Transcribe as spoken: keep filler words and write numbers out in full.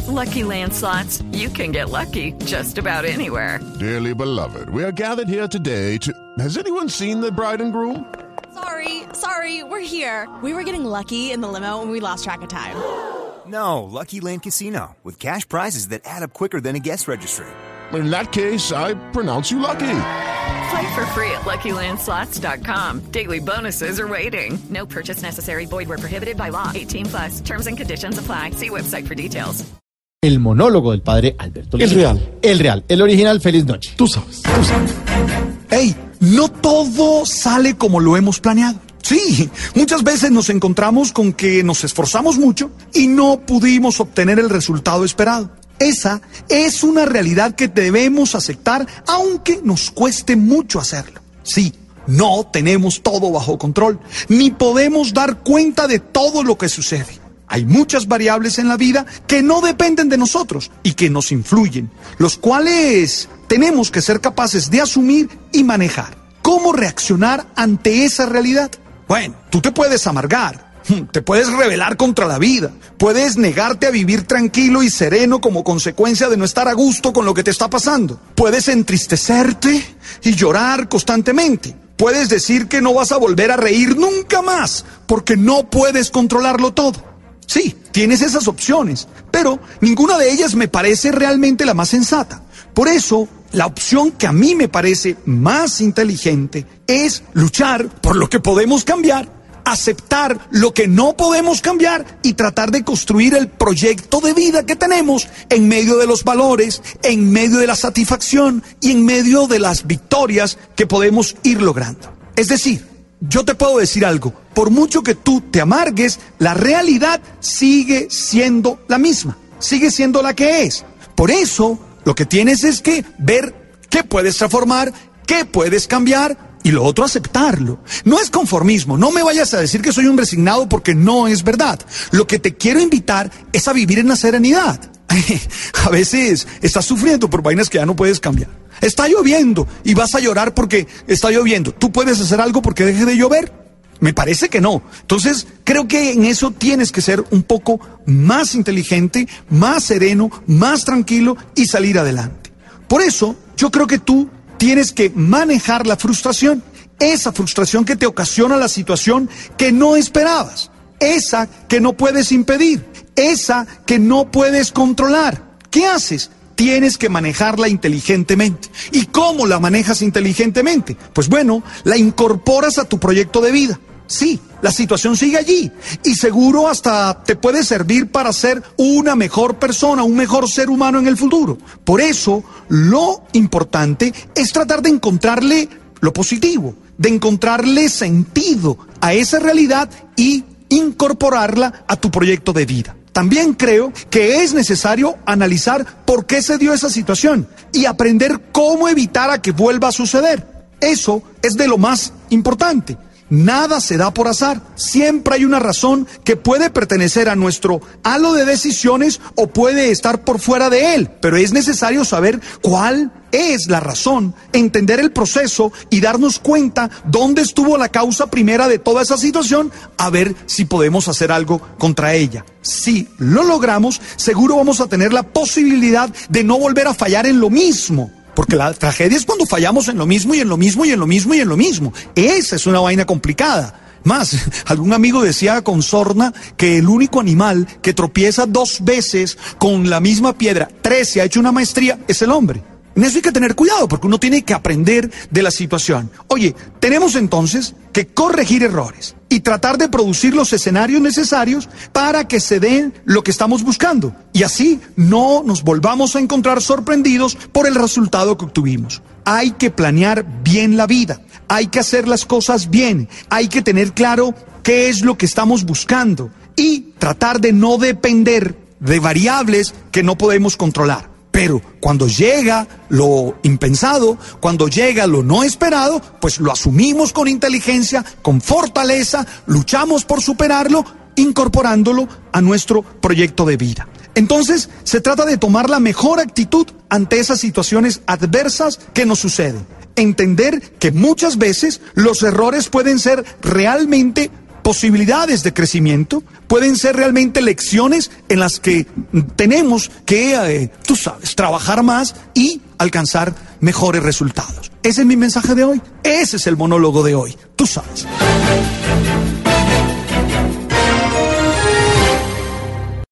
Lucky Land Slots, you can get lucky just about anywhere. Dearly beloved, we are gathered here today to... Has anyone seen the bride and groom? Sorry, sorry, we're here. We were getting lucky in the limo and we lost track of time. No, Lucky Land Casino, with cash prizes that add up quicker than a guest registry. In that case, I pronounce you lucky. Play for free at Lucky Land Slots dot com. Daily bonuses are waiting. No purchase necessary. Void where prohibited by law. eighteen plus. Terms and conditions apply. See website for details. El monólogo del padre Alberto El Linero. real. El real. El original. Feliz noche. Tú sabes, tú sabes. Ey, no todo sale como lo hemos planeado. Sí, muchas veces nos encontramos con que nos esforzamos mucho y no pudimos obtener el resultado esperado. Esa es una realidad que debemos aceptar, aunque nos cueste mucho hacerlo. Sí, no tenemos todo bajo control, ni podemos dar cuenta de todo lo que sucede. Hay muchas variables en la vida que no dependen de nosotros y que nos influyen, los cuales tenemos que ser capaces de asumir y manejar. ¿Cómo reaccionar ante esa realidad? Bueno, tú te puedes amargar. Te puedes rebelar contra la vida, puedes negarte a vivir tranquilo y sereno como consecuencia de no estar a gusto con lo que te está pasando. Puedes entristecerte y llorar constantemente. Puedes decir que no vas a volver a reír nunca más porque no puedes controlarlo todo. Sí, tienes esas opciones, pero ninguna de ellas me parece realmente la más sensata. Por eso, la opción que a mí me parece más inteligente es luchar por lo que podemos cambiar, aceptar lo que no podemos cambiar y tratar de construir el proyecto de vida que tenemos en medio de los valores, en medio de la satisfacción y en medio de las victorias que podemos ir logrando. Es decir, yo te puedo decir algo, por mucho que tú te amargues, la realidad sigue siendo la misma, sigue siendo la que es. Por eso, lo que tienes es que ver qué puedes transformar, qué puedes cambiar, y lo otro, aceptarlo. No es conformismo, no me vayas a decir que soy un resignado porque no es verdad. Lo que te quiero invitar es a vivir en la serenidad. A veces estás sufriendo por vainas que ya no puedes cambiar. Está lloviendo y vas a llorar porque está lloviendo. ¿Tú puedes hacer algo porque deje de llover? Me parece que no. Entonces, creo que en eso tienes que ser un poco más inteligente, más sereno, más tranquilo y salir adelante. Por eso, yo creo que tú tienes que manejar la frustración, esa frustración que te ocasiona la situación que no esperabas, esa que no puedes impedir, esa que no puedes controlar. ¿Qué haces? Tienes que manejarla inteligentemente. ¿Y cómo la manejas inteligentemente? Pues bueno, la incorporas a tu proyecto de vida. Sí, la situación sigue allí y seguro hasta te puede servir para ser una mejor persona, un mejor ser humano en el futuro. Por eso, lo importante es tratar de encontrarle lo positivo, de encontrarle sentido a esa realidad y incorporarla a tu proyecto de vida. También creo que es necesario analizar por qué se dio esa situación y aprender cómo evitar a que vuelva a suceder. Eso es de lo más importante. Nada se da por azar, siempre hay una razón que puede pertenecer a nuestro halo de decisiones o puede estar por fuera de él, pero es necesario saber cuál es la razón, entender el proceso y darnos cuenta dónde estuvo la causa primera de toda esa situación, a ver si podemos hacer algo contra ella. Si lo logramos, seguro vamos a tener la posibilidad de no volver a fallar en lo mismo. Porque la tragedia es cuando fallamos en lo mismo y en lo mismo y en lo mismo y en lo mismo. Esa es una vaina complicada. Más, algún amigo decía con sorna que el único animal que tropieza dos veces con la misma piedra, tres y ha hecho una maestría, es el hombre. En eso hay que tener cuidado porque uno tiene que aprender de la situación. Oye, tenemos entonces que corregir errores y tratar de producir los escenarios necesarios para que se den lo que estamos buscando. Y así no nos volvamos a encontrar sorprendidos por el resultado que obtuvimos. Hay que planear bien la vida, hay que hacer las cosas bien, hay que tener claro qué es lo que estamos buscando y tratar de no depender de variables que no podemos controlar. Pero cuando llega lo impensado, cuando llega lo no esperado, pues lo asumimos con inteligencia, con fortaleza, luchamos por superarlo, incorporándolo a nuestro proyecto de vida. Entonces, se trata de tomar la mejor actitud ante esas situaciones adversas que nos suceden. Entender que muchas veces los errores pueden ser realmente posibilidades de crecimiento, pueden ser realmente lecciones en las que tenemos que, eh, tú sabes, trabajar más y alcanzar mejores resultados. Ese es mi mensaje de hoy, ese es el monólogo de hoy, tú sabes.